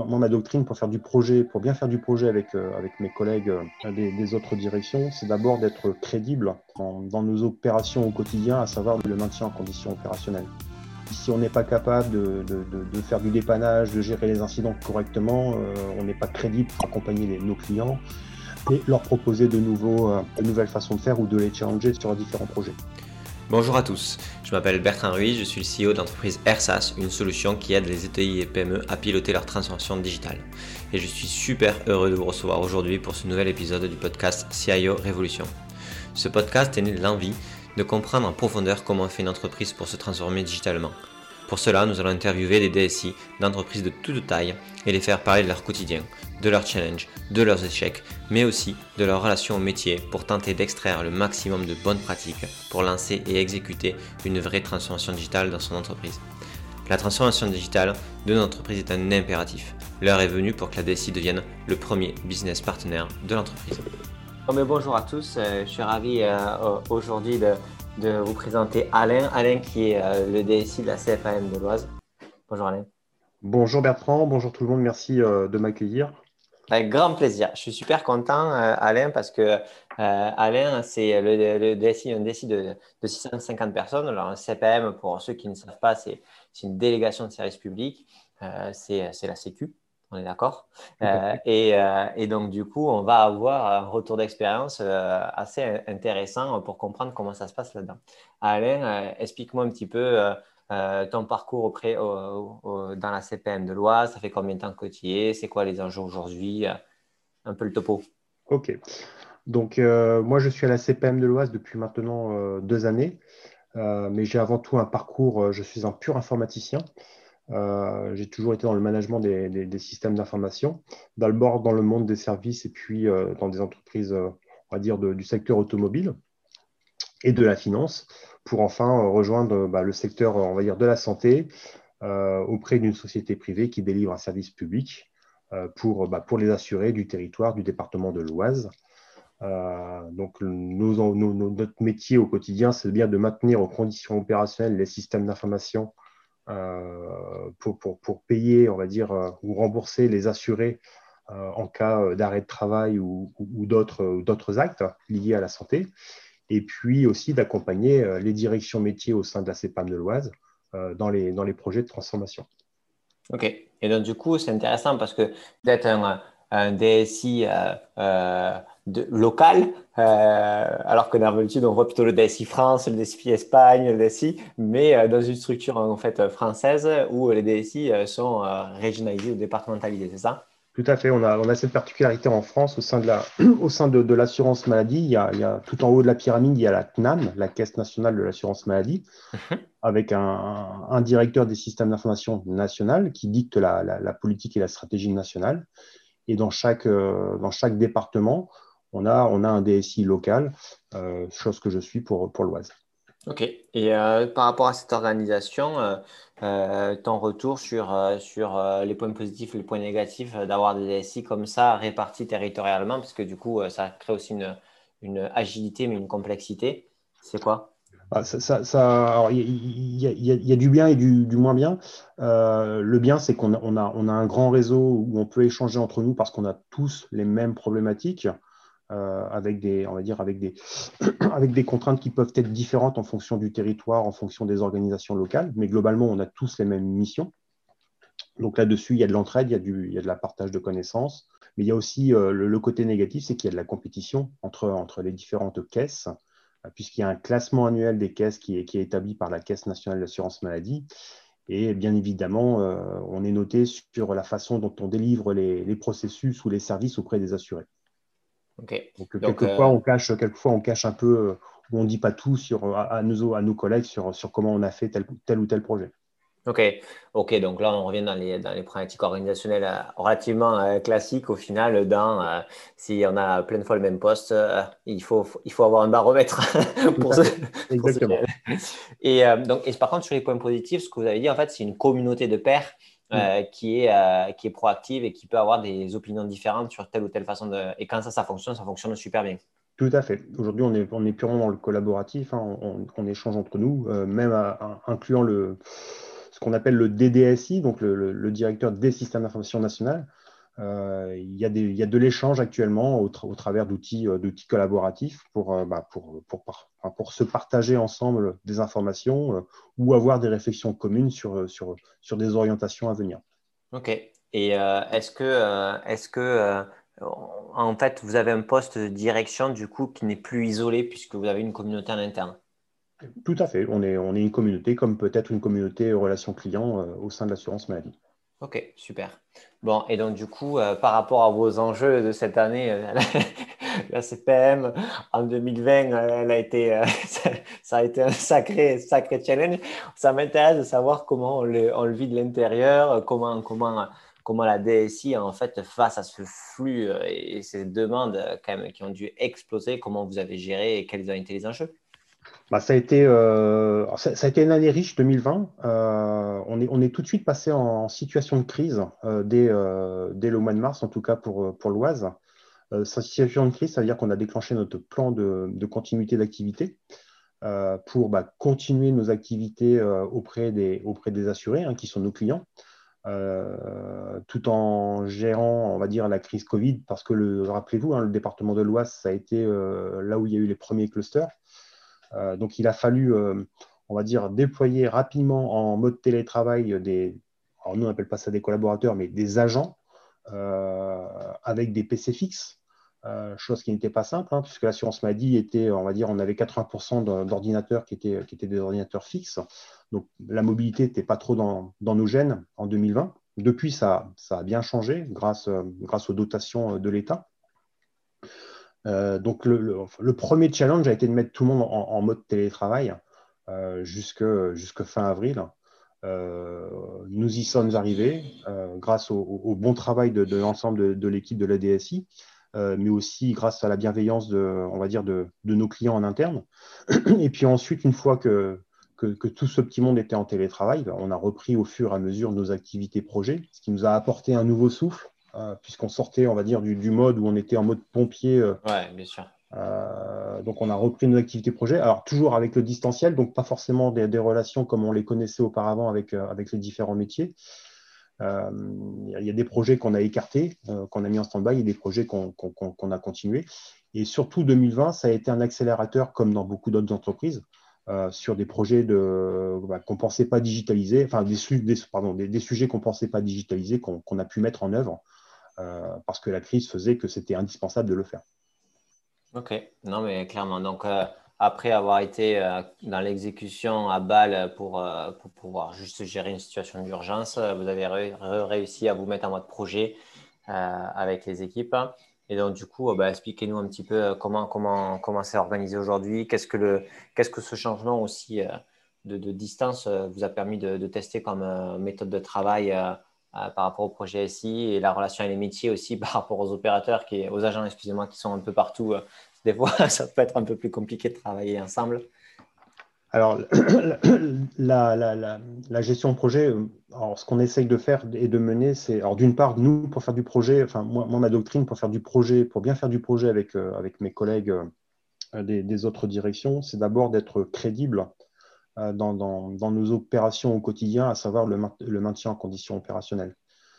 moi, ma doctrine pour faire du projet, pour bien faire du projet avec mes collègues des autres directions, c'est d'abord d'être crédible dans nos opérations au quotidien, à savoir le maintien en condition opérationnelle. Si on n'est pas capable de faire du dépannage, de gérer les incidents correctement, on n'est pas crédible pour accompagner nos clients et leur proposer de nouvelles façons de faire ou de les challenger sur différents projets. Bonjour à tous, je m'appelle Bertrand Ruiz, je suis le CEO de l'entreprise AirSaaS, une solution qui aide les ETI et PME à piloter leur transformation digitale. Et je suis super heureux de vous recevoir aujourd'hui pour ce nouvel épisode du podcast CIO Révolution. Ce podcast est né de l'envie de comprendre en profondeur comment fait une entreprise pour se transformer digitalement. Pour cela, nous allons interviewer des DSI d'entreprises de toute taille et les faire parler de leur quotidien, de leurs challenges, de leurs échecs, mais aussi de leur relation au métier pour tenter d'extraire le maximum de bonnes pratiques pour lancer et exécuter une vraie transformation digitale dans son entreprise. La transformation digitale de notre entreprise est un impératif. L'heure est venue pour que la DSI devienne le premier business partner de l'entreprise. Bonjour à tous, je suis ravi aujourd'hui de vous présenter Alain. Alain qui est le DSI de la CFAM de l'Oise. Bonjour Alain. Bonjour Bertrand, bonjour tout le monde, merci de m'accueillir. Avec grand plaisir. Je suis super content, Alain, parce que Alain, c'est le DSI, un DSI de 650 personnes. Alors, un CPM, pour ceux qui ne savent pas, c'est une délégation de service public. C'est la Sécu, on est d'accord. Et donc, du coup, on va avoir un retour d'expérience assez intéressant pour comprendre comment ça se passe là-dedans. Alain, explique-moi un petit peu ton parcours dans la CPM de l'Oise, ça fait combien de temps que tu y es, c'est quoi les enjeux aujourd'hui, un peu le topo. Ok, donc moi je suis à la CPM de l'Oise depuis maintenant 2 années, mais j'ai avant tout un parcours, je suis un pur informaticien. J'ai toujours été dans le management des systèmes d'information, d'abord dans le monde des services et puis dans des entreprises, on va dire, du secteur automobile et de la finance, pour enfin rejoindre le secteur, on va dire, de la santé auprès d'une société privée qui délivre un service public pour les assurés du territoire du département de l'Oise. Donc, notre métier au quotidien, c'est bien de maintenir aux conditions opérationnelles les systèmes d'information pour payer, on va dire, ou rembourser les assurés en cas d'arrêt de travail ou d'autres actes liés à la santé. Et puis aussi d'accompagner les directions métiers au sein de la CPAM de l'Oise dans les projets de transformation. Ok, et donc du coup, c'est intéressant parce que d'être un DSI local, alors que d'habitude, on voit plutôt le DSI France, le DSI Espagne, le DSI, mais dans une structure en fait française où les DSI sont régionalisés ou départementalisés, c'est ça? Tout à fait. On a cette particularité en France au sein au sein de l'assurance maladie. Il y a tout en haut de la pyramide, il y a la CNAM, la Caisse nationale de l'assurance maladie, avec un directeur des systèmes d'information national qui dicte la politique et la stratégie nationale. Et dans chaque département, on a un DSI local, chose que je suis pour l'Oise. Ok. Et par rapport à cette organisation, ton retour sur les points positifs et les points négatifs d'avoir des DSI comme ça répartis territorialement, parce que du coup, ça crée aussi une agilité, mais une complexité. C'est quoi? Alors, il y a du bien et du moins bien. Le bien, c'est qu'on a un grand réseau où on peut échanger entre nous parce qu'on a tous les mêmes problématiques, on va dire, avec des contraintes qui peuvent être différentes en fonction du territoire, en fonction des organisations locales. Mais globalement, on a tous les mêmes missions. Donc là-dessus, il y a de l'entraide, il y a de la partage de connaissances. Mais il y a aussi le côté négatif, c'est qu'il y a de la compétition entre les différentes caisses, puisqu'il y a un classement annuel des caisses qui est établi par la Caisse nationale d'assurance maladie. Et bien évidemment, on est noté sur la façon dont on délivre les processus ou les services auprès des assurés. Ok. Donc, Donc, quelquefois, on cache un peu, ou on ne dit pas tout à nos collègues sur comment on a fait tel ou tel projet. Ok, ok, donc là on revient dans les problématiques organisationnelles relativement classiques au final. Si on a plein de fois le même poste, il faut avoir un baromètre Tout pour à se, fait, pour se exactement. gérer. Et par contre, sur les points positifs, ce que vous avez dit, en fait, c'est une communauté de pairs qui est proactive et qui peut avoir des opinions différentes sur telle ou telle façon de. Et quand ça fonctionne super bien. Tout à fait. Aujourd'hui, on est purement dans le collaboratif, hein. On échange entre nous, même incluant ce qu'on appelle le DDSI, donc le directeur des systèmes d'information nationale. Il y a de l'échange actuellement au travers d'outils collaboratifs pour se partager ensemble des informations ou avoir des réflexions communes sur des orientations à venir. Ok. Et en fait, vous avez un poste de direction du coup qui n'est plus isolé puisque vous avez une communauté en interne? Tout à fait. On est une communauté, comme peut-être une communauté relations clients au sein de l'assurance maladie. Ok, super. Bon, et donc du coup, par rapport à vos enjeux de cette année, la CPM en 2020, elle a été, ça a été un sacré challenge. Ça m'intéresse de savoir comment on le vit de l'intérieur, comment la DSI, en fait, face à ce flux et ces demandes quand même qui ont dû exploser, comment vous avez géré et quels ont été les enjeux? Ça a été une année riche 2020. On est tout de suite passé en situation de crise dès le mois de mars, en tout cas pour l'Oise. Cette situation de crise, ça veut dire qu'on a déclenché notre plan de continuité d'activité pour continuer nos activités auprès des assurés, qui sont nos clients, tout en gérant, on va dire, la crise Covid, parce que rappelez-vous, le département de l'Oise, ça a été là où il y a eu les premiers clusters. Donc, il a fallu, on va dire, déployer rapidement en mode télétravail alors nous on n'appelle pas ça des collaborateurs, mais des agents avec des PC fixes, chose qui n'était pas simple, puisque l'assurance maladie était, on va dire, on avait 80% d'ordinateurs qui étaient des ordinateurs fixes. Donc, la mobilité n'était pas trop dans nos gènes en 2020. Depuis, ça a bien changé grâce aux dotations de l'État. Donc, le premier challenge a été de mettre tout le monde en mode télétravail jusque fin avril. Nous y sommes arrivés grâce au bon travail de l'ensemble de l'équipe de la DSI, mais aussi grâce à la bienveillance on va dire de nos clients en interne. Et puis ensuite, une fois que tout ce petit monde était en télétravail, on a repris au fur et à mesure nos activités projets, ce qui nous a apporté un nouveau souffle, puisqu'on sortait, on va dire, du mode où on était en mode pompier. Ouais, bien sûr. Donc, on a repris nos activités projets, alors toujours avec le distanciel, donc pas forcément des relations comme on les connaissait auparavant avec les différents métiers. Il y a des projets qu'on a écartés, qu'on a mis en stand-by, et des projets qu'on a continués. Et surtout, 2020, ça a été un accélérateur, comme dans beaucoup d'autres entreprises, sur des projets qu'on ne pensait pas digitaliser, enfin des sujets qu'on ne pensait pas digitaliser, qu'on a pu mettre en œuvre, parce que la crise faisait que c'était indispensable de le faire. Ok, non mais clairement. Donc après avoir été dans l'exécution à balle pour pouvoir juste gérer une situation d'urgence, vous avez réussi à vous mettre en mode projet avec les équipes. Et donc du coup, expliquez-nous un petit peu comment c'est organisé aujourd'hui. Qu'est-ce que ce changement aussi de distance vous a permis de tester comme méthode de travail par rapport au projet SI et la relation avec les métiers aussi par rapport aux opérateurs, aux agents, excusez-moi, qui sont un peu partout. Des fois, ça peut être un peu plus compliqué de travailler ensemble. Alors, la gestion de projet, alors, ce qu'on essaye de faire et de mener, c'est, alors d'une part, nous, pour faire du projet, enfin, moi, ma doctrine, pour faire du projet, pour bien faire du projet avec mes collègues des autres directions, c'est d'abord d'être crédible dans nos opérations au quotidien, à savoir le maintien en condition opérationnelle.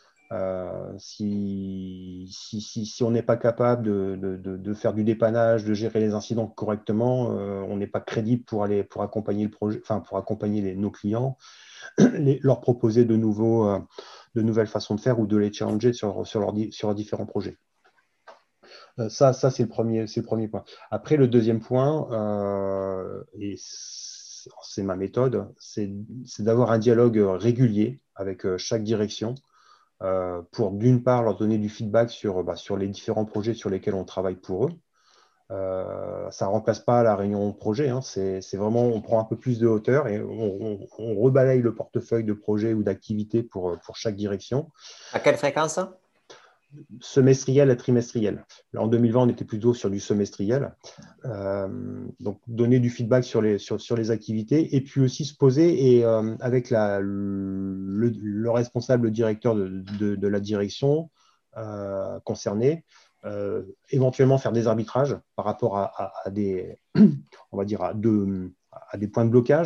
Si on n'est pas capable de faire du dépannage, de gérer les incidents correctement, on n'est pas crédible pour accompagner le projet, enfin pour accompagner nos clients, leur proposer de nouvelles façons de faire ou de les challenger sur leurs différents projets. Ça c'est le premier point. Après, le deuxième point, et c'est ma méthode, c'est d'avoir un dialogue régulier avec chaque direction pour d'une part leur donner du feedback sur les différents projets sur lesquels on travaille pour eux. Ça ne remplace pas la réunion projet, c'est vraiment, on prend un peu plus de hauteur et on rebalaye le portefeuille de projets ou d'activités pour chaque direction. À quelle fréquence? Semestriel à trimestriel. Là, en 2020, on était plutôt sur du semestriel. Donc, donner du feedback sur les activités et puis aussi se poser et avec le responsable directeur de la direction concernée, éventuellement faire des arbitrages par rapport à des, on va dire, à des points de blocage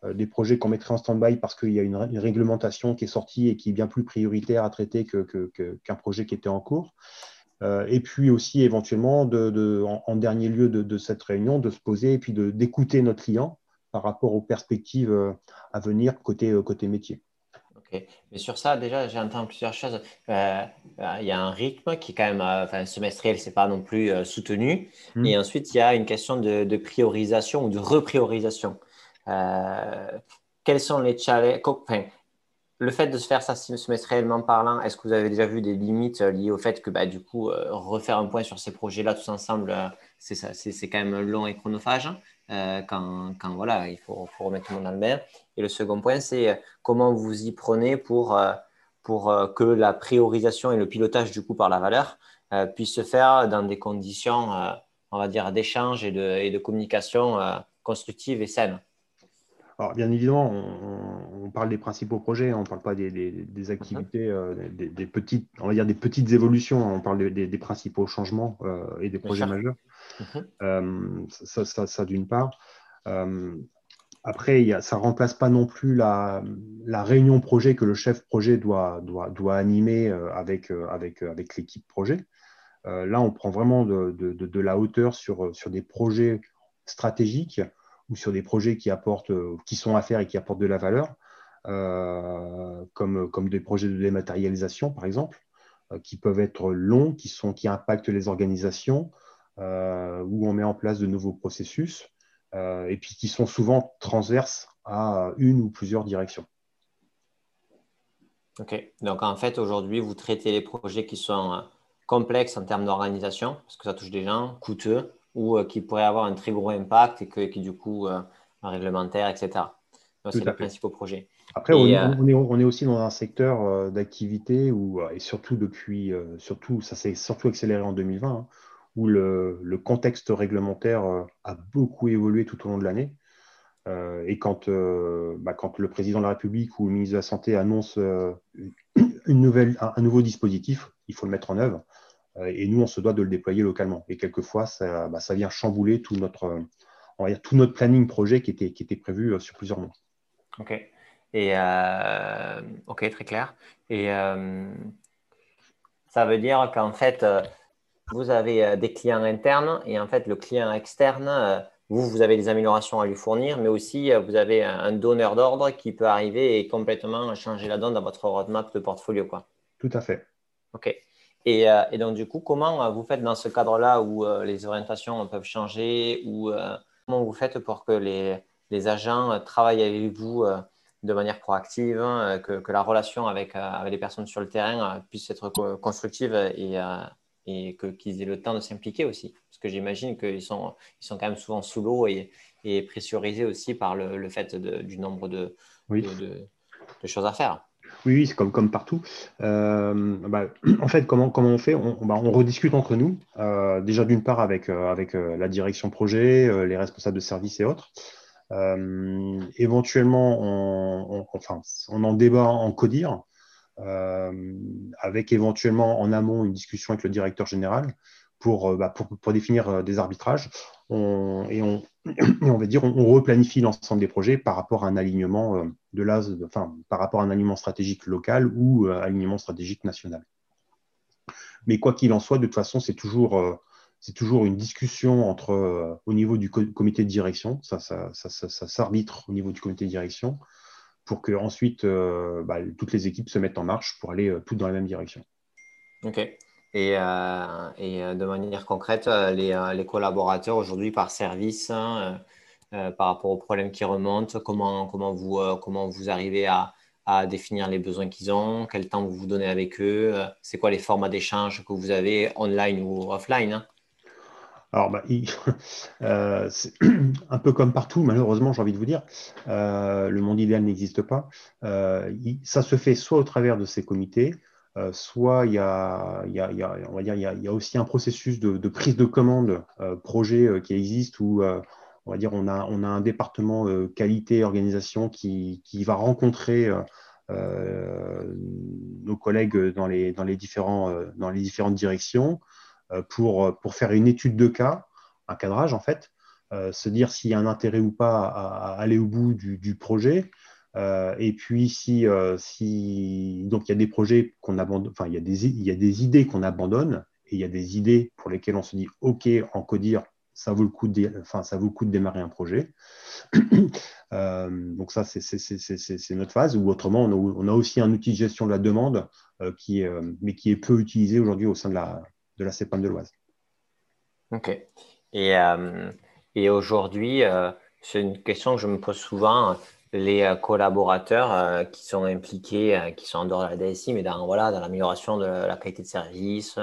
des projets qu'on mettrait en stand-by parce qu'il y a une réglementation qui est sortie et qui est bien plus prioritaire à traiter qu'un projet qui était en cours. Et puis aussi éventuellement, en dernier lieu de cette réunion, de se poser et puis d'écouter notre client par rapport aux perspectives à venir côté métier. Ok. Mais sur ça, déjà, j'entends plusieurs choses. Il y a un rythme qui est quand même, enfin, semestriel, c'est pas non plus soutenu. Et ensuite, il y a une question de priorisation ou de repriorisation. Euh, Quels sont les challenges? Enfin, le fait de se faire ça semestriellement parlant, est-ce que vous avez déjà vu des limites liées au fait que bah, du coup, refaire un point sur ces projets-là tous ensemble, c'est quand même long et chronophage quand voilà, faut remettre tout le monde dans le bain. Et le second point, c'est comment vous y prenez pour que la priorisation et le pilotage du coup par la valeur puissent se faire dans des conditions, on va dire, d'échange et de communication constructive et saine. Alors, bien évidemment, on parle des principaux projets, on ne parle pas des Mhm, activités, des petites, on va dire des petites évolutions, on parle des principaux changements et des bien projets sûr. majeurs. Mhm, Ça d'une part. Euh, Après, ça ne remplace pas non plus la réunion projet que le chef projet doit animer avec l'équipe projet. Là, on prend vraiment de la hauteur sur des projets stratégiques ou sur des projets qui sont à faire et qui apportent de la valeur, comme des projets de dématérialisation, par exemple, qui peuvent être longs, qui impactent les organisations, où on met en place de nouveaux processus, et puis qui sont souvent transverses à une ou plusieurs directions. Ok. Donc, en fait, aujourd'hui, vous traitez les projets qui sont complexes en termes d'organisation, parce que ça touche des gens, coûteux, ou qui pourraient avoir un très gros impact et qui du coup, réglementaire, etc. Donc, Tout c'est les à fait. principaux projets. Après, Et on est aussi dans un secteur d'activité où, et surtout ça s'est surtout accéléré en 2020, hein, où le contexte réglementaire a beaucoup évolué tout au long de l'année. Et quand le président de la République ou le ministre de la Santé annonce un nouveau dispositif, il faut le mettre en œuvre. Et nous, on se doit de le déployer localement. Et quelquefois, ça vient chambouler on va dire, tout notre planning projet qui était prévu sur plusieurs mois. ok. Ok, très clair. Et ça veut dire qu'en fait, vous avez des clients internes et en fait, le client externe, vous avez des améliorations à lui fournir, mais aussi vous avez un donneur d'ordre qui peut arriver et complètement changer la donne dans votre roadmap de portfolio, quoi. Tout à fait. OK. Et donc, du coup, comment vous faites dans ce cadre-là où les orientations peuvent changer ou comment vous faites pour que les agents travaillent avec vous de manière proactive, hein, que la relation avec les personnes sur le terrain puisse être constructive qu'ils aient le temps de s'impliquer aussi? Parce que j'imagine qu'ils sont quand même souvent sous l'eau et pressurisés aussi par le fait du nombre Oui. de choses à faire. Oui, oui, c'est comme partout. En fait, comment on fait? On rediscute entre nous, déjà d'une part avec la direction projet, les responsables de service et autres. Éventuellement, on en débat en codir, avec éventuellement en amont une discussion avec le directeur général pour définir des arbitrages. Et on va dire, on replanifie l'ensemble des projets par rapport à un alignement par rapport à un alignement stratégique local ou alignement stratégique national. Mais quoi qu'il en soit, de toute façon, c'est toujours une discussion au niveau du comité de direction. Ça s'arbitre au niveau du comité de direction pour que ensuite toutes les équipes se mettent en marche pour aller toutes dans la même direction. OK. Et de manière concrète, les collaborateurs aujourd'hui par service, hein, par rapport aux problèmes qui remontent, comment vous arrivez à définir les besoins qu'ils ont, quel temps vous vous donnez avec eux, c'est quoi les formats d'échange que vous avez online ou offline, hein? Alors, c'est un peu comme partout, malheureusement, j'ai envie de vous dire, le monde idéal n'existe pas. Ça se fait soit au travers de ces comités, soit on va dire, il y a aussi un processus de prise de commande projet qui existe où on va dire, on a un département qualité organisation qui va rencontrer nos collègues dans les différentes directions pour faire une étude de cas, un cadrage en fait, se dire s'il y a un intérêt ou pas à aller au bout du projet. Et puis, donc il y a des projets qu'on abandonne, enfin, il y a des idées qu'on abandonne et il y a des idées pour lesquelles on se dit, OK, en codir, ça vaut le coup ça vaut le coup de démarrer un projet. Donc ça, c'est notre phase. Ou autrement, on a aussi un outil de gestion de la demande mais qui est peu utilisé aujourd'hui au sein de la CEPAM de l'Oise. Ok. Et, euh, et aujourd'hui, c'est une question que je me pose souvent. Les collaborateurs qui sont impliqués, qui sont en dehors de la DSI, mais dans l'amélioration de la qualité de service,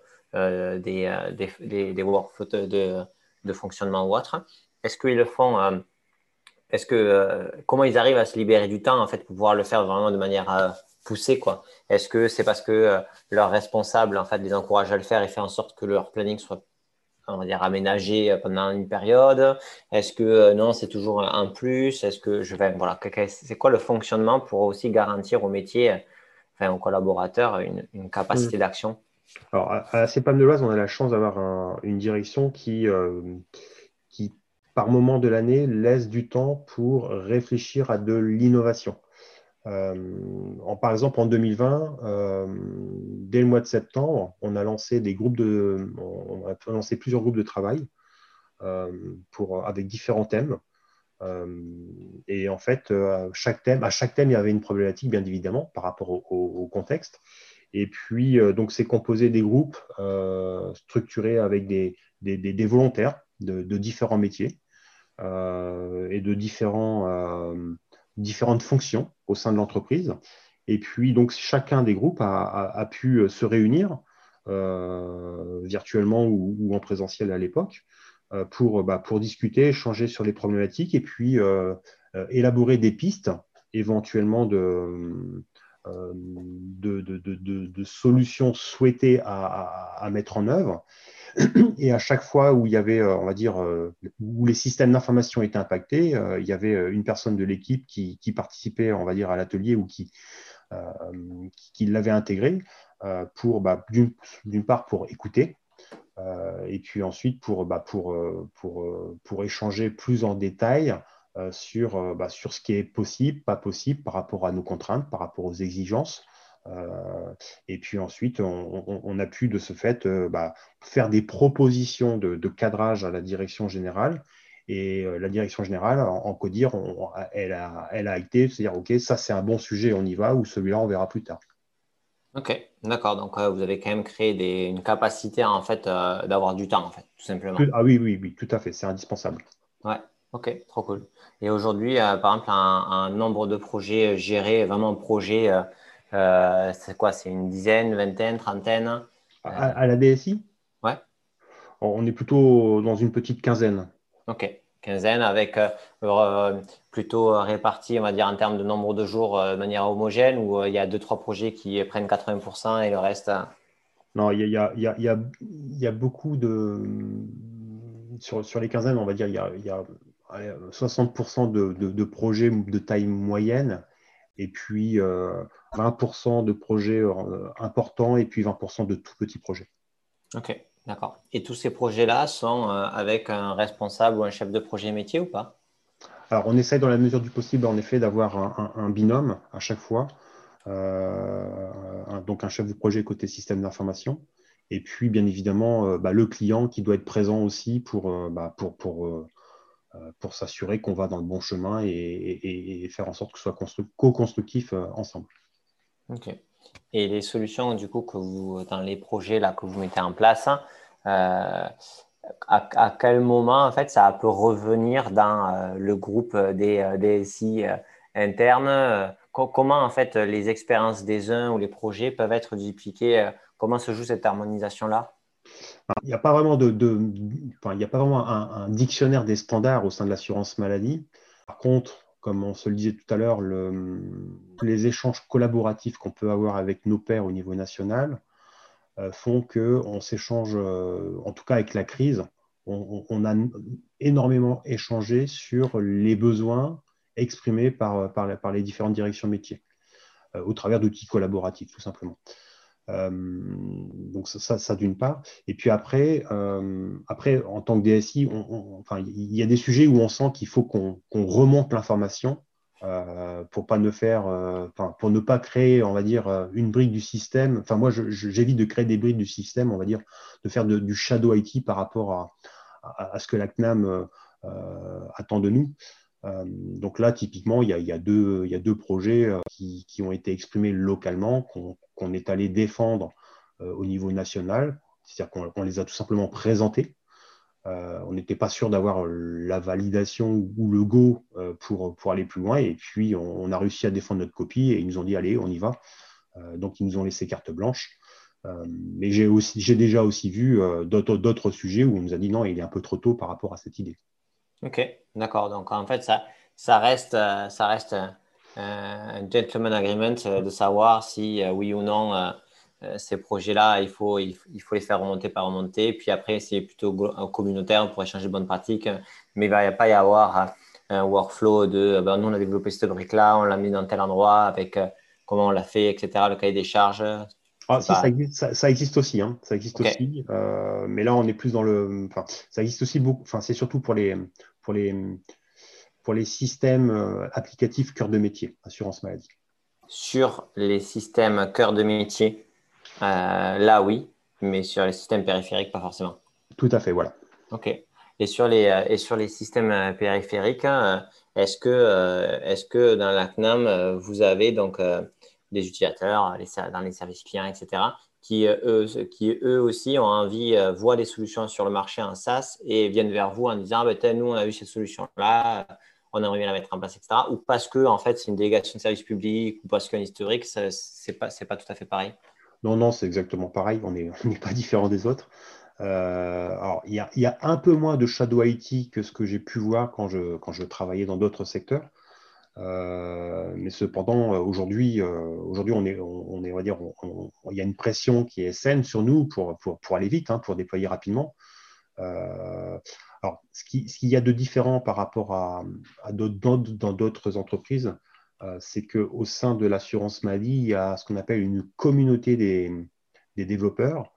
des workflows de fonctionnement ou autre, est-ce qu'ils le font comment ils arrivent à se libérer du temps en fait pour pouvoir le faire vraiment de manière poussée quoi? Est-ce que c'est parce que leur responsable en fait les encourage à le faire et fait en sorte que leur planning soit on va dire aménagé pendant une période? Est-ce que non, c'est toujours un plus? Est-ce que voilà, c'est quoi le fonctionnement pour aussi garantir au métier, enfin aux collaborateurs, une capacité d'action? Alors, à la CEPAM de l'Oise, on a la chance d'avoir une direction qui, par moment de l'année, laisse du temps pour réfléchir à de l'innovation. Par exemple, en 2020, dès le mois de septembre, on a lancé plusieurs groupes de travail avec différents thèmes. Et en fait, à chaque thème, il y avait une problématique, bien évidemment, par rapport au contexte. Et puis, donc, c'est composé des groupes structurés avec des volontaires de différents métiers et de différentes fonctions au sein de l'entreprise. Et puis, donc, chacun des groupes a pu se réunir virtuellement ou en présentiel à l'époque pour discuter, échanger sur les problématiques et puis élaborer des pistes éventuellement de solutions souhaitées à mettre en œuvre. Et à chaque fois où il y avait, on va dire, où les systèmes d'information étaient impactés, il y avait une personne de l'équipe qui participait, on va dire, à l'atelier ou euh, qui l'avait intégré d'une part pour écouter, et puis ensuite pour échanger plus en détail sur ce qui est possible, pas possible par rapport à nos contraintes, par rapport aux exigences. Et puis ensuite, on a pu de ce fait faire des propositions de cadrage à la direction générale. Et la direction générale, en CODIR, elle a été, c'est-à-dire, OK, ça c'est un bon sujet, on y va, ou celui-là, on verra plus tard. Ok, d'accord. Donc vous avez quand même créé une capacité en fait d'avoir du temps en fait, tout simplement. Ah oui, oui, oui, tout à fait, c'est indispensable. Ouais, ok, trop cool. Et aujourd'hui, par exemple, un nombre de projets gérés, vraiment un projet, c'est quoi? C'est une dizaine, vingtaine, trentaine? À la DSI, Ouais, on est plutôt dans une petite quinzaine. ok. Quinzaine avec plutôt réparti, on va dire, en termes de nombre de jours de manière homogène ou il y a deux, trois projets qui prennent 80% et le reste. Non, il y a beaucoup de. Sur les quinzaines, on va dire, il y a allez, 60% de projets de taille moyenne, et puis 20% de projets importants, et puis 20% de tout petits projets. Ok, d'accord. Et tous ces projets-là sont avec un responsable ou un chef de projet métier ou pas? Alors, on essaye dans la mesure du possible, en effet, d'avoir un binôme à chaque fois. Donc un chef de projet côté système d'information. Et puis, bien évidemment, le client qui doit être présent aussi pour s'assurer qu'on va dans le bon chemin et faire en sorte que ce soit co-constructif ensemble. Ok. Et les solutions, du coup, dans les projets là, que vous mettez en place, à quel moment, en fait, ça peut revenir dans le groupe des SI internes? Comment, en fait, les expériences des uns ou les projets peuvent être dupliqués? Comment se joue cette harmonisation-là? Il n'y a pas vraiment enfin, il n'y a pas vraiment un dictionnaire des standards au sein de l'assurance maladie. Par contre, comme on se le disait tout à l'heure, les échanges collaboratifs qu'on peut avoir avec nos pairs au niveau national font qu'on s'échange, en tout cas avec la crise, on a énormément échangé sur les besoins exprimés par les différentes directions métiers, au travers d'outils collaboratifs, tout simplement. Donc ça d'une part. Et puis après, en tant que DSI, enfin, il y a des sujets où on sent qu'il faut qu'on remonte l'information pour pas ne faire, pour ne pas créer, on va dire, une brique du système. Enfin, moi, j'évite de créer des briques du système, on va dire, de faire du shadow IT par rapport à ce que la CNAM attend de nous. Donc là, typiquement, il y a deux projets qui ont été exprimés localement, qu'on est allé défendre au niveau national. C'est-à-dire qu'on les a tout simplement présentés. On n'était pas sûr d'avoir la validation ou le go pour aller plus loin. Et puis, on a réussi à défendre notre copie et ils nous ont dit, allez, on y va. Donc, ils nous ont laissé carte blanche. Mais j'ai déjà aussi vu d'autres sujets où on nous a dit, non, il est un peu trop tôt par rapport à cette idée. Ok, d'accord. Donc, en fait, ça reste un gentleman agreement de savoir si oui ou non ces projets-là, il faut les faire remonter par remonter. Puis après, c'est plutôt communautaire pour échanger de bonnes pratiques. Mais il ne va pas y avoir un workflow de ben, nous, on a développé cette brique-là, on l'a mis dans tel endroit avec comment on l'a fait, etc., le cahier des charges. Ah, C'est si, pas. ça existe aussi, hein. Ça existe Ok. aussi. Mais là, on est plus dans le. Enfin, ça existe aussi beaucoup. Enfin, c'est surtout pour les, pour les systèmes applicatifs cœur de métier, assurance maladie. Sur les systèmes cœur de métier, là oui, mais sur les systèmes périphériques, pas forcément. Tout à fait, voilà. Ok. Et sur les systèmes périphériques, hein, est-ce que dans la CNAM, vous avez donc des utilisateurs dans les services clients, etc., qui eux aussi ont envie, voient des solutions sur le marché en SaaS et viennent vers vous en disant, ah, ben, nous, on a vu cette solution-là, on aimerait bien la mettre en place, etc. Ou parce que en fait, c'est une délégation de service public ou parce qu'un historique, c'est pas tout à fait pareil. Non, non, c'est exactement pareil. On n'est pas différent des autres. Alors, il y a un peu moins de shadow IT que ce que j'ai pu voir quand je travaillais dans d'autres secteurs. Mais cependant, aujourd'hui, on va dire, il y a une pression qui est saine sur nous pour aller vite, hein, pour déployer rapidement. Alors, ce qu'il y a de différent par rapport à dans d'autres entreprises, c'est qu'au sein de l'assurance maladie, il y a ce qu'on appelle une communauté des développeurs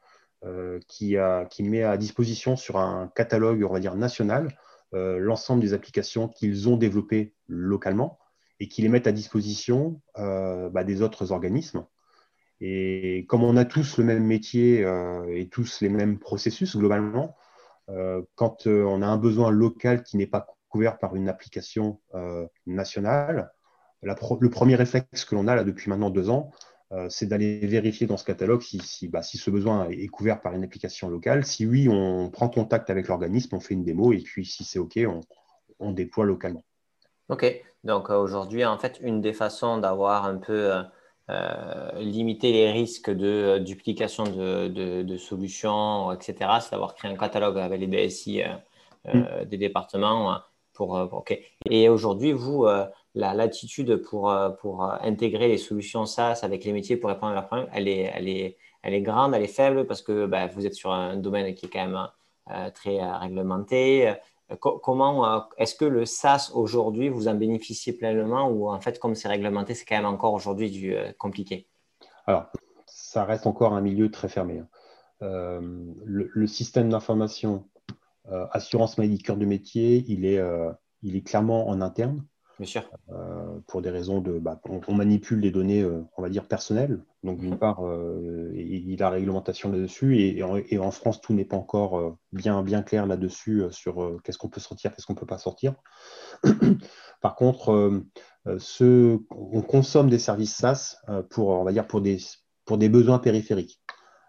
qui met à disposition sur un catalogue, on va dire, national, l'ensemble des applications qu'ils ont développées localement et qui les mettent à disposition des autres organismes. Et comme on a tous le même métier et tous les mêmes processus globalement, quand on a un besoin local qui n'est pas couvert par une application nationale, le premier réflexe que l'on a là depuis maintenant 2 ans, c'est d'aller vérifier dans ce catalogue si ce besoin est couvert par une application locale. Si oui, on prend contact avec l'organisme, on fait une démo et puis si c'est OK, on déploie localement. Ok, donc aujourd'hui, en fait, une des façons d'avoir un peu limité les risques de duplication de solutions, etc., c'est d'avoir créé un catalogue avec les DSI des départements ok. Et aujourd'hui, vous, la latitude pour intégrer les solutions SaaS avec les métiers pour répondre à leurs problèmes, elle est grande, elle est faible parce que vous êtes sur un domaine qui est quand même très réglementé. Comment est-ce que le SaaS aujourd'hui, vous en bénéficiez pleinement ou en fait, comme c'est réglementé, c'est quand même encore aujourd'hui compliqué? Alors, ça reste encore un milieu très fermé, hein. Le système d'information assurance maladie cœur de métier, il est clairement en interne. Bien sûr. Pour des raisons on manipule les données, on va dire, personnelles. Donc, d'une part, il y a la réglementation là-dessus et en France, tout n'est pas encore bien clair là-dessus sur qu'est-ce qu'on peut sortir, qu'est-ce qu'on ne peut pas sortir. Par contre, on consomme des services SaaS on va dire, pour des besoins périphériques.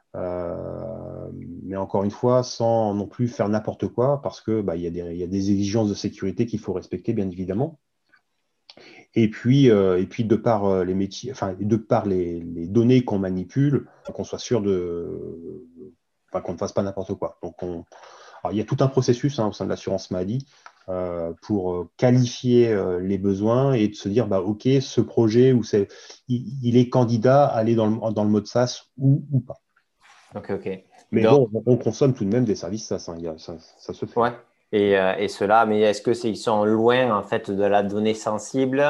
Mais encore une fois, sans non plus faire n'importe quoi, parce que il y a des exigences de sécurité qu'il faut respecter, bien évidemment. Et puis de par les métiers, enfin, de par les données qu'on manipule, qu'on soit sûr qu'on ne fasse pas n'importe quoi. Donc, alors, il y a tout un processus, hein, au sein de l'assurance maladie pour qualifier les besoins et de se dire, OK, ce projet, il est candidat à aller dans le mode SaaS ou pas. Ok, ok. Mais Donc, bon, on consomme tout de même des services SaaS, hein, ça se fait. ouais. Et ceux-là, mais est-ce que ils sont loin en fait de la donnée sensible?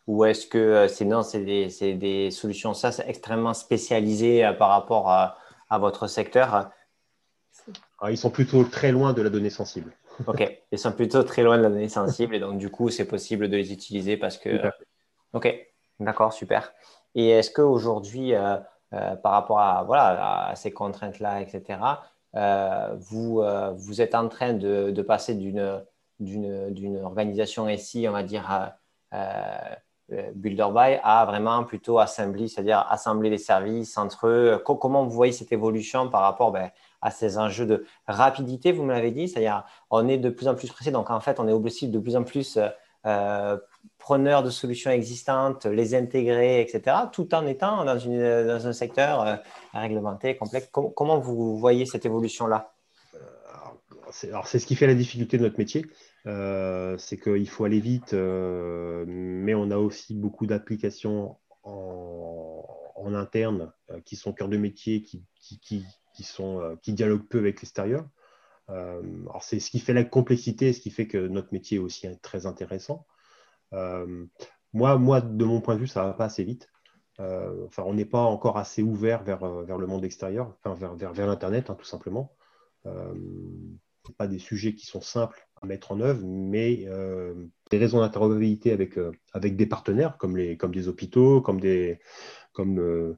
ou est-ce que sinon c'est des solutions ça, c'est extrêmement spécialisées par rapport à votre secteur? Alors, ils sont plutôt très loin de la donnée sensible. Ok, ils sont plutôt très loin de la donnée sensible et donc du coup, c'est possible de les utiliser parce Tout que… à fait. Ok, d'accord, super. Et est-ce qu'aujourd'hui, par rapport à, voilà, à ces contraintes-là, etc., vous êtes en train de passer d'une organisation SI, on va dire, Builder by, à vraiment plutôt assembly, c'est-à-dire assembler les services entre eux. Comment vous voyez cette évolution par rapport à ces enjeux de rapidité, vous me l'avez dit, c'est-à-dire on est de plus en plus pressé, donc en fait, on est obligé de plus en plus euh, preneurs de solutions existantes, les intégrer, etc., tout en étant dans un secteur réglementé, complexe. Comment vous voyez cette évolution-là? C'est ce qui fait la difficulté de notre métier. C'est qu'il faut aller vite, mais on a aussi beaucoup d'applications en interne qui sont cœur de métier, qui dialoguent peu avec l'extérieur. Alors c'est ce qui fait la complexité, ce qui fait que notre métier est aussi très intéressant. Euh, de mon point de vue, ça ne va pas assez vite. Enfin, on n'est pas encore assez ouvert vers le monde extérieur, enfin, vers l'Internet, hein, tout simplement. Euh, Ce pas des sujets qui sont simples à mettre en œuvre, mais des raisons d'interopérabilité avec des partenaires comme des hôpitaux, comme,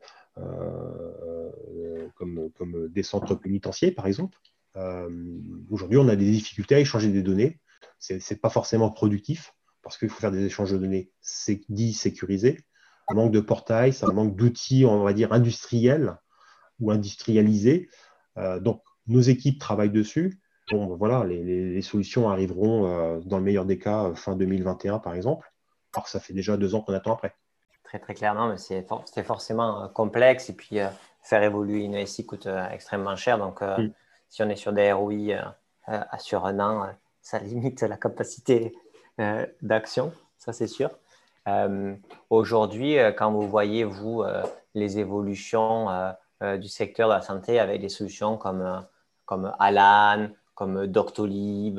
comme des centres pénitentiaires, par exemple. Euh, Aujourd'hui, on a des difficultés à échanger des données. Ce n'est pas forcément productif parce qu'il faut faire des échanges de données dit sécurisés. Ça manque de portail, ça manque d'outils, on va dire, industriels ou industrialisés. Donc, nos équipes travaillent dessus. Bon, ben voilà, les solutions arriveront, dans le meilleur des cas, fin 2021, par exemple. Alors que ça fait déjà 2 ans qu'on attend après. Très, très clairement, mais c'est forcément complexe et puis faire évoluer une SI coûte extrêmement cher. Donc, Mm. si on est sur des ROI sur un an, ça limite la capacité d'action, ça c'est sûr. Euh, Aujourd'hui, quand vous voyez, vous, les évolutions du secteur de la santé avec des solutions comme Alan, comme Doctolib,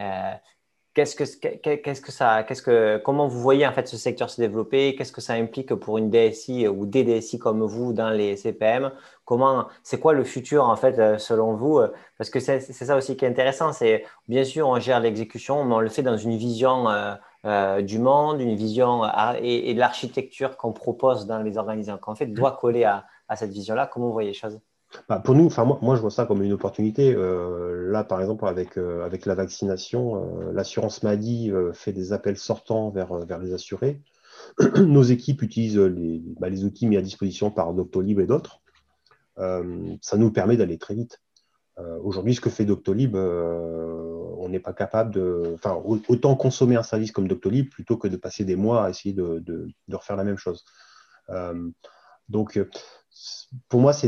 comment vous voyez en fait ce secteur se développer? Qu'est-ce que ça implique pour une DSI ou des DSI comme vous dans les CPM? C'est quoi le futur en fait selon vous? Parce que c'est ça aussi qui est intéressant. C'est bien sûr on gère l'exécution, mais on le fait dans une vision du monde, une vision et de l'architecture qu'on propose dans les organisations. Qu'en fait doit coller à cette vision-là. Comment vous voyez les choses? Bah, pour nous, enfin, moi, je vois ça comme une opportunité. Là, par exemple, avec la vaccination, l'assurance maladie fait des appels sortants vers les assurés. Nos équipes utilisent les outils mis à disposition par Doctolib et d'autres. Ça nous permet d'aller très vite. Aujourd'hui, ce que fait Doctolib, on n'est pas capable de. Enfin, autant consommer un service comme Doctolib plutôt que de passer des mois à essayer de refaire la même chose. Euh, donc, pour moi,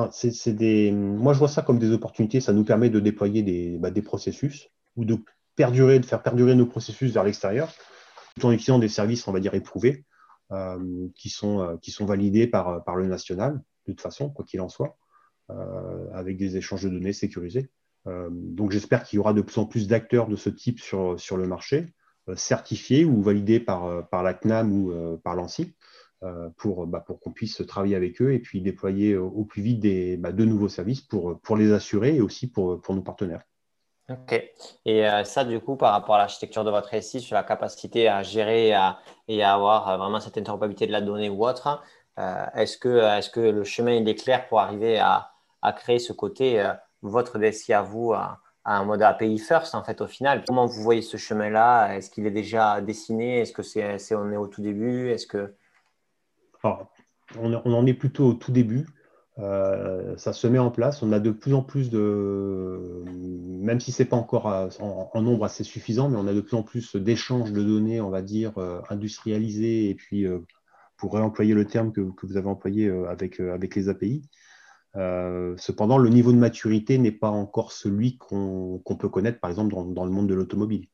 moi, je vois ça comme des opportunités. Ça nous permet de déployer des processus ou de faire perdurer nos processus vers l'extérieur, tout en utilisant des services, on va dire, éprouvés, qui sont validés par le national, de toute façon, quoi qu'il en soit, avec des échanges de données sécurisés. Donc, j'espère qu'il y aura de plus en plus d'acteurs de ce type sur le marché, certifiés ou validés par la CNAM ou par l'ANSSI pour qu'on puisse travailler avec eux et puis déployer au plus vite de nouveaux services pour les assurer et aussi pour nos partenaires. Ok. Et ça, du coup, par rapport à l'architecture de votre SI, sur la capacité à gérer et à avoir vraiment cette interopérabilité de la donnée ou autre, est-ce que le chemin il est clair pour arriver à créer ce côté, votre DSI à vous, à un mode API first, en fait, au final? Comment vous voyez ce chemin-là? Est-ce qu'il est déjà dessiné? Est-ce que on est au tout début? Est-ce que… Alors, on en est plutôt au tout début. Ça se met en place. On a de plus en plus même si c'est pas encore en nombre assez suffisant, mais on a de plus en plus d'échanges de données, on va dire, industrialisés, et puis pour réemployer le terme que vous avez employé avec les API. Cependant, le niveau de maturité n'est pas encore celui qu'on peut connaître, par exemple, dans le monde de l'automobile.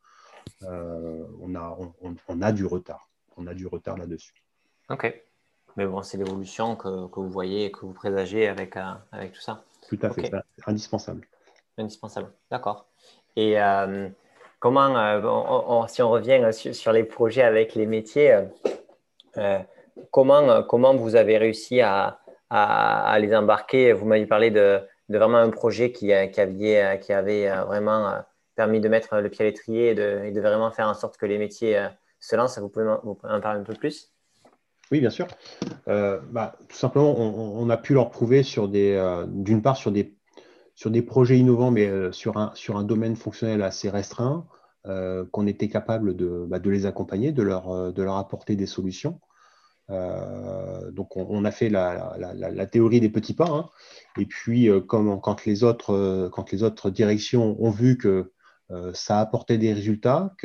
On a du retard. On a du retard là-dessus. Ok. Mais bon, c'est l'évolution que vous voyez et que vous présagez avec tout ça. Tout à fait, Ok. c'est indispensable. Indispensable. D'accord. Et comment, si on revient sur les projets avec les métiers, Euh, comment vous avez réussi à les embarquer? Vous m'avez parlé de vraiment un projet qui avait vraiment permis de mettre le pied à l'étrier et de vraiment faire en sorte que les métiers se lancent. Vous pouvez en parler un peu plus? Oui, bien sûr. Tout simplement, on a pu leur prouver d'une part sur des projets innovants, mais sur un domaine fonctionnel assez restreint, qu'on était capable de les accompagner, de leur apporter des solutions. Donc, on a fait la théorie des petits pas, hein. Et puis, quand les autres directions ont vu que ça apportait des résultats,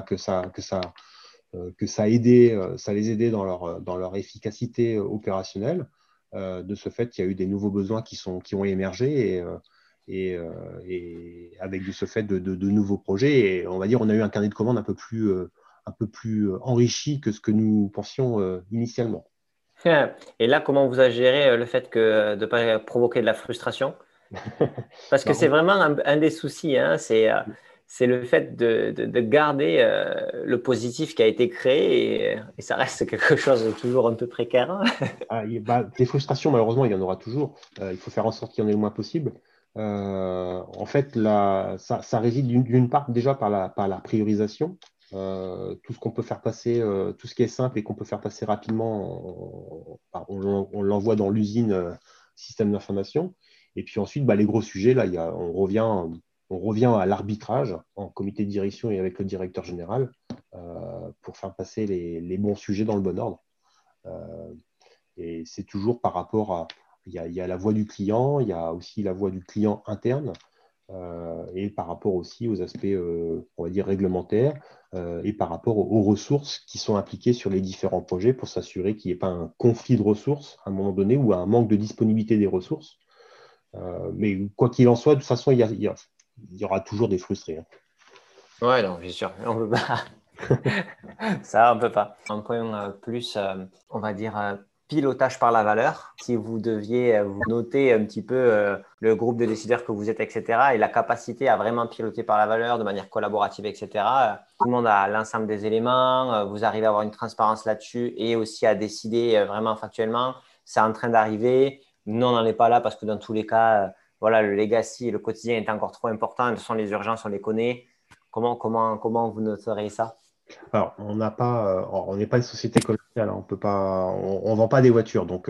que ça les aidait dans leur efficacité opérationnelle. De ce fait, il y a eu des nouveaux besoins qui ont émergé et avec de ce fait de nouveaux projets. Et on va dire, on a eu un carnet de commandes un peu plus enrichi que ce que nous pensions initialement. Et là, comment vous avez géré le fait de ne pas provoquer de la frustration? Parce que Bah, c'est vraiment un des soucis, hein, c'est le fait de garder le positif qui a été créé et ça reste quelque chose de toujours un peu précaire, hein. des frustrations, malheureusement, il y en aura toujours. Il faut faire en sorte qu'il y en ait le moins possible. En fait, ça réside d'une part déjà par la priorisation. Tout ce qu'on peut faire passer, tout ce qui est simple et qu'on peut faire passer rapidement, on l'envoie dans l'usine système d'information. Et puis ensuite, les gros sujets, là, on revient à l'arbitrage en comité de direction et avec le directeur général pour faire passer les bons sujets dans le bon ordre. Euh, et c'est toujours par rapport à. Il y a la voix du client, il y a aussi la voix du client interne, et par rapport aussi aux aspects, on va dire, réglementaires, et par rapport aux ressources qui sont impliquées sur les différents projets pour s'assurer qu'il n'y ait pas un conflit de ressources à un moment donné ou un manque de disponibilité des ressources. Mais quoi qu'il en soit, de toute façon, il y aura toujours des frustrés, hein. Ouais, non, bien sûr, on peut pas. Ça, on peut pas. Un point plus, on va dire, pilotage par la valeur. Si vous deviez vous noter un petit peu le groupe de décideurs que vous êtes, etc., et la capacité à vraiment piloter par la valeur de manière collaborative, etc., tout le monde a l'ensemble des éléments, vous arrivez à avoir une transparence là-dessus et aussi à décider vraiment factuellement. C'est en train d'arriver. Nous, on n'en est pas là parce que dans tous les cas, voilà, le legacy et le quotidien est encore trop important. De toute façon, les urgences, on les connaît. Comment vous noterez ça? Alors, on n'est pas une société commerciale, hein. On peut pas, on vend pas des voitures, donc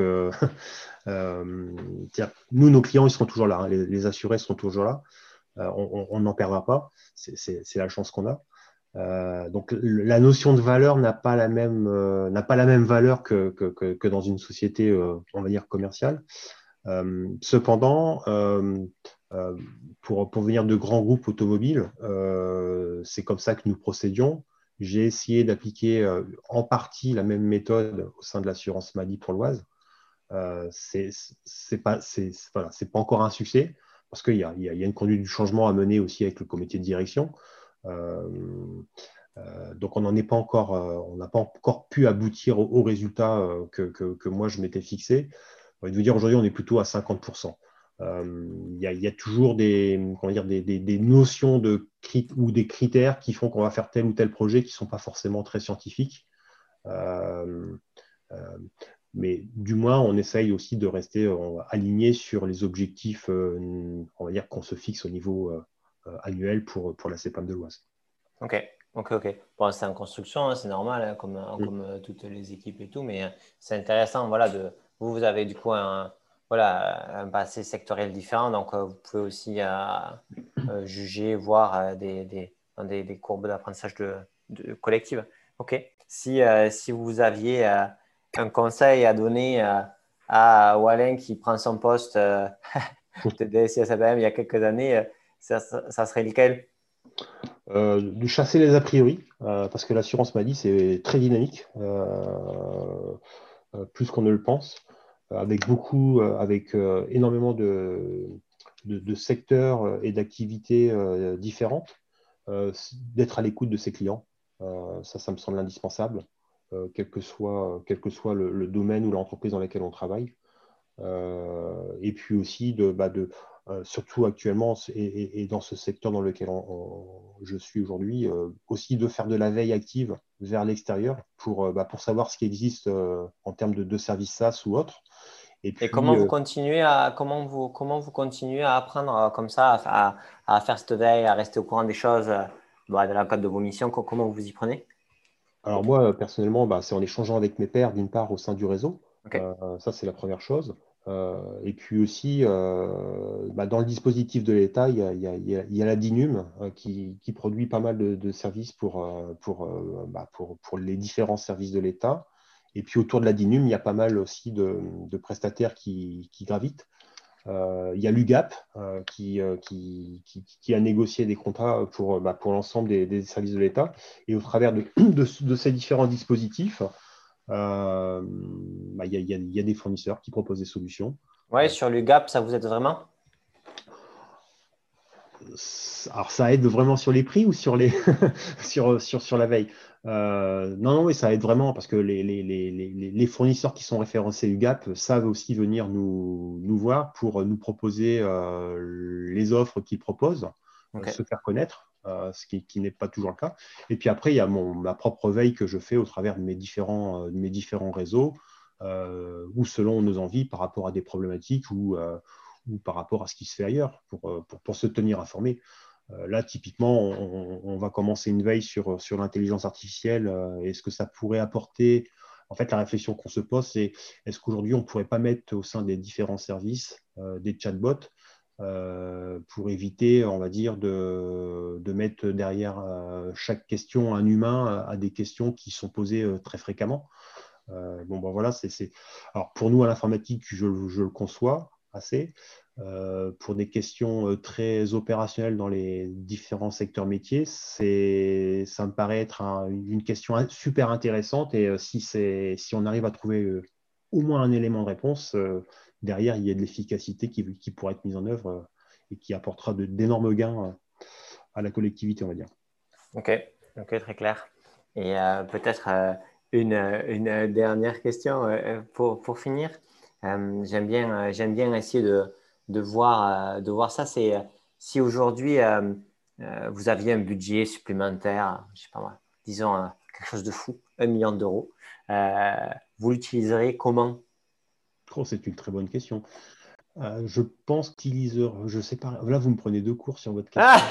nous, nos clients, ils seront toujours là, hein. Les assurés seront toujours là. On n'en perdra pas. C'est la chance qu'on a. Donc, la notion de valeur n'a pas la même valeur que dans une société, on va dire, commerciale. Cependant, euh, pour venir de grands groupes automobiles, c'est comme ça que nous procédions. J'ai essayé d'appliquer en partie la même méthode au sein de l'assurance maladie pour l'Oise. Voilà, c'est pas encore un succès parce qu'il y a une conduite du changement à mener aussi avec le comité de direction. Euh, donc on n'en est pas encore, on n'a pas encore pu aboutir au résultat que moi je m'étais fixé. Je vais vous dire aujourd'hui on est plutôt à 50%. Il y a toujours comment dire, des notions ou des critères qui font qu'on va faire tel ou tel projet qui ne sont pas forcément très scientifiques. Euh, euh, mais du moins, on essaye aussi de rester aligné sur les objectifs, on va dire, qu'on se fixe au niveau annuel pour la CEPAM de l'Oise. Ok, ok. Bon, c'est en construction, hein, c'est normal, hein, Mm. comme toutes les équipes et tout, mais c'est intéressant, voilà, vous avez du coup voilà, un passé sectoriel différent, donc vous pouvez aussi juger, voir des courbes d'apprentissage collectives. Ok. Si vous aviez un conseil à donner à Wallen qui prend son poste de DSI à SAPM il y a quelques années, ça serait lequel? De chasser les a priori, parce que l'assurance maladie, c'est très dynamique, plus qu'on ne le pense, avec énormément de secteurs et d'activités différentes, d'être à l'écoute de ses clients. Ça me semble indispensable, quel que soit le domaine ou l'entreprise dans laquelle on travaille. Et puis aussi surtout actuellement et dans ce secteur dans lequel je suis aujourd'hui, aussi de faire de la veille active vers l'extérieur pour savoir ce qui existe en termes de services SaaS ou autres. Et Et puis, comment vous continuez à apprendre comme ça, à faire cette veille, à rester au courant des choses dans le cadre de vos missions, comment vous y prenez? alors moi, personnellement, c'est en échangeant avec mes pairs, d'une part, au sein du réseau. Ok. Ça, c'est la première chose. Et puis aussi, dans le dispositif de l'État, il y a la DINUM qui produit pas mal de services pour les différents services de l'État. Et puis autour de la DINUM, il y a pas mal aussi de prestataires qui gravitent. Il y a l'UGAP qui a négocié des contrats pour l'ensemble des services de l'État. Et au travers de ces différents dispositifs, il y a des fournisseurs qui proposent des solutions. Ouais, sur l'UGAP, ça vous aide vraiment? Alors, ça aide vraiment sur les prix ou sur sur la veille? Non, oui, ça aide vraiment parce que les fournisseurs qui sont référencés UGAP savent aussi venir nous voir pour nous proposer les offres qu'ils proposent, Ok. se faire connaître, ce qui n'est pas toujours le cas. Et puis après, il y a ma propre veille que je fais au travers de mes différents réseaux ou selon nos envies par rapport à des problématiques ou par rapport à ce qui se fait ailleurs pour se tenir informé. Là, typiquement, on va commencer une veille sur l'intelligence artificielle et ce que ça pourrait apporter. En fait, la réflexion qu'on se pose, c'est est-ce qu'aujourd'hui, on ne pourrait pas mettre au sein des différents services des chatbots pour éviter, on va dire, de mettre derrière chaque question un humain à des questions qui sont posées très fréquemment. Voilà, Alors, pour nous, à l'informatique, je le conçois assez. Pour des questions très opérationnelles dans les différents secteurs métiers, ça me paraît être une question super intéressante. Et si on arrive à trouver au moins un élément de réponse, derrière, il y a de l'efficacité qui pourra être mise en œuvre et qui apportera d'énormes gains à la collectivité, on va dire. Ok, très clair. Et peut-être une dernière question pour finir. J'aime bien essayer de voir ça. C'est si aujourd'hui vous aviez un budget supplémentaire, je sais pas moi, disons quelque chose de fou, 1 million d'euros, vous l'utiliserez comment? Oh, c'est une très bonne question. Je pense qu'utiliseur, je sais pas. Là, vous me prenez deux cours sur votre question.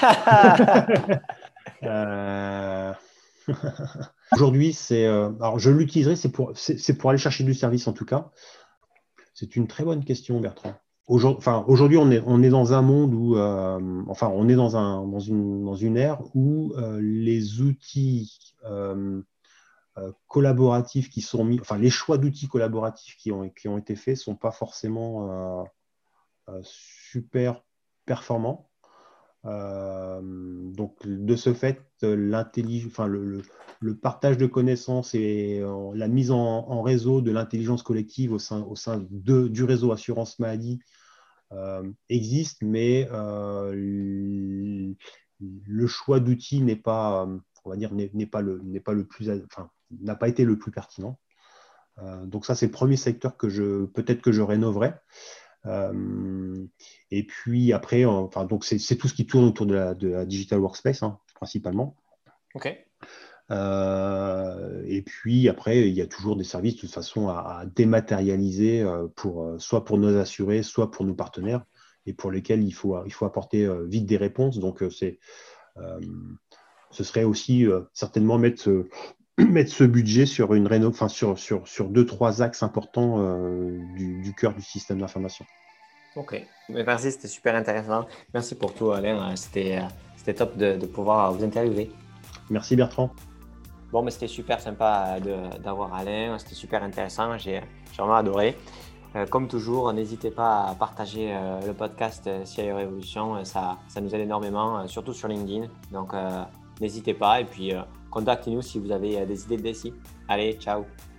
Aujourd'hui, alors je l'utiliserai, c'est pour aller chercher du service en tout cas. C'est une très bonne question, Bertrand. Aujourd'hui, on est dans un monde où, on est dans une ère où les outils collaboratifs qui sont mis, les choix d'outils collaboratifs qui ont été faits sont pas forcément super performants. Donc, de ce fait, le partage de connaissances et la mise en réseau de l'intelligence collective au sein du réseau assurance maladie existe, mais le choix d'outils n'est pas, on va dire, n'est pas le plus, n'a pas été le plus pertinent. Donc ça, c'est le premier secteur peut-être que je rénoverai. Et puis après, donc c'est tout ce qui tourne autour de la digital workspace, principalement. Ok. Et puis après, il y a toujours des services de toute façon à dématérialiser soit pour nos assurés, soit pour nos partenaires, et pour lesquels il faut apporter vite des réponses. Donc ce serait aussi certainement mettre ce budget sur une sur 2-3 axes importants du cœur du système d'information. Ok, merci, c'était super intéressant. Merci pour tout, Alain. C'était top de pouvoir vous interviewer. Merci Bertrand. Bon, mais c'était super sympa d'avoir Alain. C'était super intéressant. J'ai vraiment adoré. Comme toujours, n'hésitez pas à partager le podcast CIO Révolution. Ça nous aide énormément, surtout sur LinkedIn. Donc, n'hésitez pas. Et puis, contactez-nous si vous avez des idées de décis. Allez, ciao.